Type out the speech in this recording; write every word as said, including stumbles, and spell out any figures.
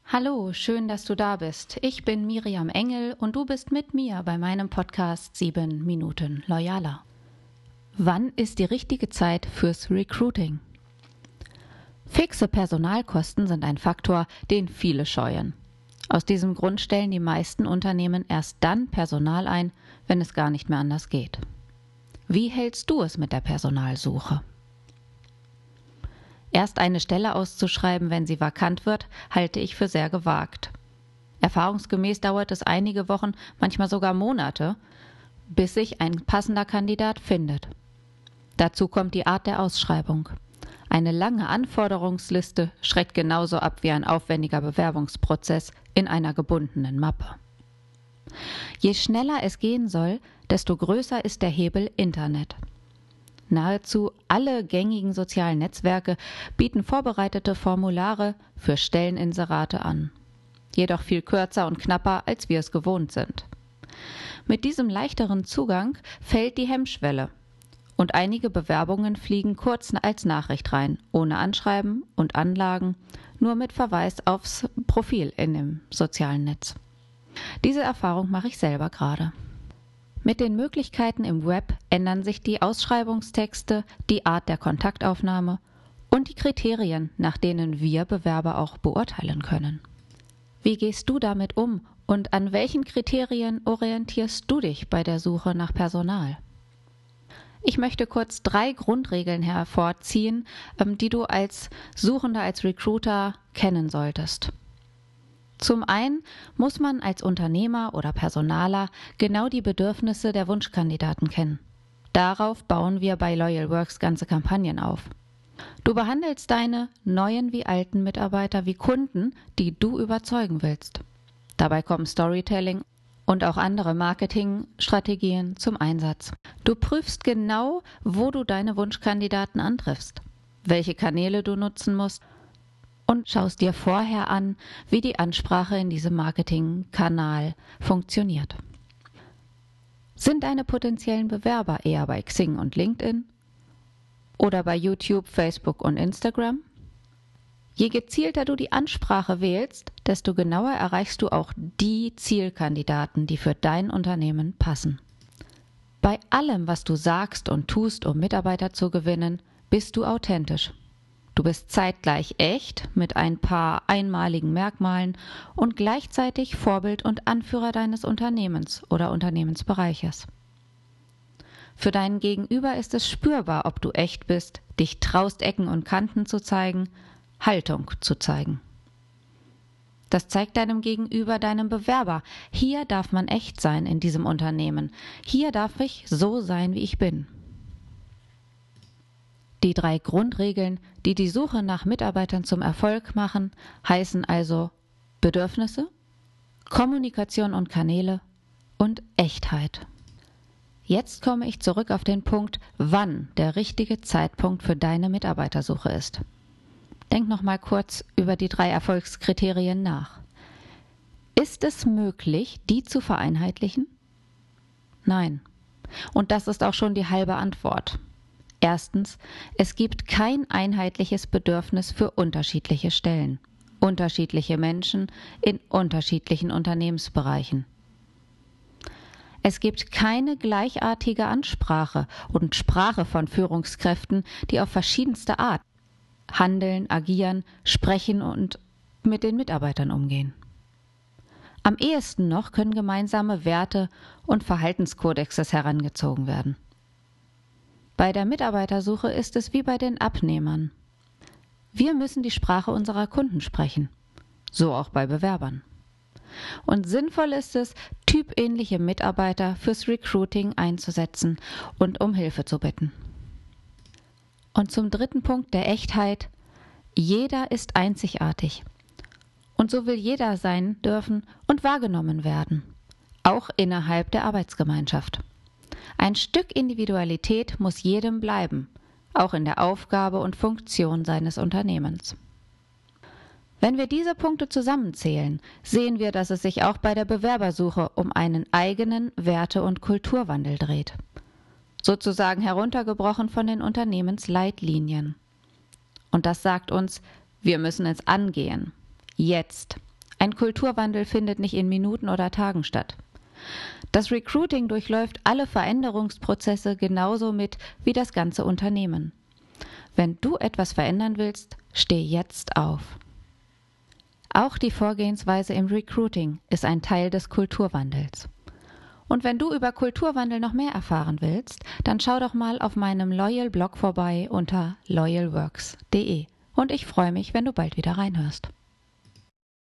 Hallo, schön, dass du da bist. Ich bin Miriam Engel und du bist mit mir bei meinem Podcast sieben Minuten Loyaler. Wann ist die richtige Zeit fürs Recruiting? Fixe Personalkosten sind ein Faktor, den viele scheuen. Aus diesem Grund stellen die meisten Unternehmen erst dann Personal ein, wenn es gar nicht mehr anders geht. Wie hältst du es mit der Personalsuche? Erst eine Stelle auszuschreiben, wenn sie vakant wird, halte ich für sehr gewagt. Erfahrungsgemäß dauert es einige Wochen, manchmal sogar Monate, bis sich ein passender Kandidat findet. Dazu kommt die Art der Ausschreibung. Eine lange Anforderungsliste schreckt genauso ab wie ein aufwendiger Bewerbungsprozess in einer gebundenen Mappe. Je schneller es gehen soll, desto größer ist der Hebel Internet. Nahezu alle gängigen sozialen Netzwerke bieten vorbereitete Formulare für Stelleninserate an. Jedoch viel kürzer und knapper, als wir es gewohnt sind. Mit diesem leichteren Zugang fällt die Hemmschwelle und einige Bewerbungen fliegen kurz als Nachricht rein, ohne Anschreiben und Anlagen, nur mit Verweis aufs Profil in dem sozialen Netz. Diese Erfahrung mache ich selber gerade. Mit den Möglichkeiten im Web ändern sich die Ausschreibungstexte, die Art der Kontaktaufnahme und die Kriterien, nach denen wir Bewerber auch beurteilen können. Wie gehst du damit um und an welchen Kriterien orientierst du dich bei der Suche nach Personal? Ich möchte kurz drei Grundregeln hervorziehen, die du als Suchender, als Recruiter kennen solltest. Zum einen muss man als Unternehmer oder Personaler genau die Bedürfnisse der Wunschkandidaten kennen. Darauf bauen wir bei Loyal Works ganze Kampagnen auf. Du behandelst deine neuen wie alten Mitarbeiter wie Kunden, die du überzeugen willst. Dabei kommen Storytelling und auch andere Marketingstrategien zum Einsatz. Du prüfst genau, wo du deine Wunschkandidaten antriffst, welche Kanäle du nutzen musst, und schaust dir vorher an, wie die Ansprache in diesem Marketingkanal funktioniert. Sind deine potenziellen Bewerber eher bei Xing und LinkedIn oder bei YouTube, Facebook und Instagram? Je gezielter du die Ansprache wählst, desto genauer erreichst du auch die Zielkandidaten, die für dein Unternehmen passen. Bei allem, was du sagst und tust, um Mitarbeiter zu gewinnen, bist du authentisch. Du bist zeitgleich echt mit ein paar einmaligen Merkmalen und gleichzeitig Vorbild und Anführer deines Unternehmens oder Unternehmensbereiches. Für deinen Gegenüber ist es spürbar, ob du echt bist, dich traust, Ecken und Kanten zu zeigen, Haltung zu zeigen. Das zeigt deinem Gegenüber, deinem Bewerber: Hier darf man echt sein in diesem Unternehmen. Hier darf ich so sein, wie ich bin. Die drei Grundregeln, die die Suche nach Mitarbeitern zum Erfolg machen, heißen also Bedürfnisse, Kommunikation und Kanäle und Echtheit. Jetzt komme ich zurück auf den Punkt, wann der richtige Zeitpunkt für deine Mitarbeitersuche ist. Denk noch mal kurz über die drei Erfolgskriterien nach. Ist es möglich, die zu vereinheitlichen? Nein. Und das ist auch schon die halbe Antwort. Erstens, es gibt kein einheitliches Bedürfnis für unterschiedliche Stellen, unterschiedliche Menschen in unterschiedlichen Unternehmensbereichen. Es gibt keine gleichartige Ansprache und Sprache von Führungskräften, die auf verschiedenste Art handeln, agieren, sprechen und mit den Mitarbeitern umgehen. Am ehesten noch können gemeinsame Werte und Verhaltenskodexes herangezogen werden. Bei der Mitarbeitersuche ist es wie bei den Abnehmern. Wir müssen die Sprache unserer Kunden sprechen, so auch bei Bewerbern. Und sinnvoll ist es, typähnliche Mitarbeiter fürs Recruiting einzusetzen und um Hilfe zu bitten. Und zum dritten Punkt der Echtheit: Jeder ist einzigartig. Und so will jeder sein dürfen und wahrgenommen werden, auch innerhalb der Arbeitsgemeinschaft. Ein Stück Individualität muss jedem bleiben, auch in der Aufgabe und Funktion seines Unternehmens. Wenn wir diese Punkte zusammenzählen, sehen wir, dass es sich auch bei der Bewerbersuche um einen eigenen Werte- und Kulturwandel dreht. Sozusagen heruntergebrochen von den Unternehmensleitlinien. Und das sagt uns, wir müssen es angehen. Jetzt. Ein Kulturwandel findet nicht in Minuten oder Tagen statt. Das Recruiting durchläuft alle Veränderungsprozesse genauso mit wie das ganze Unternehmen. Wenn du etwas verändern willst, steh jetzt auf. Auch die Vorgehensweise im Recruiting ist ein Teil des Kulturwandels. Und wenn du über Kulturwandel noch mehr erfahren willst, dann schau doch mal auf meinem Loyal-Blog vorbei unter loyalworks punkt de. Und ich freue mich, wenn du bald wieder reinhörst.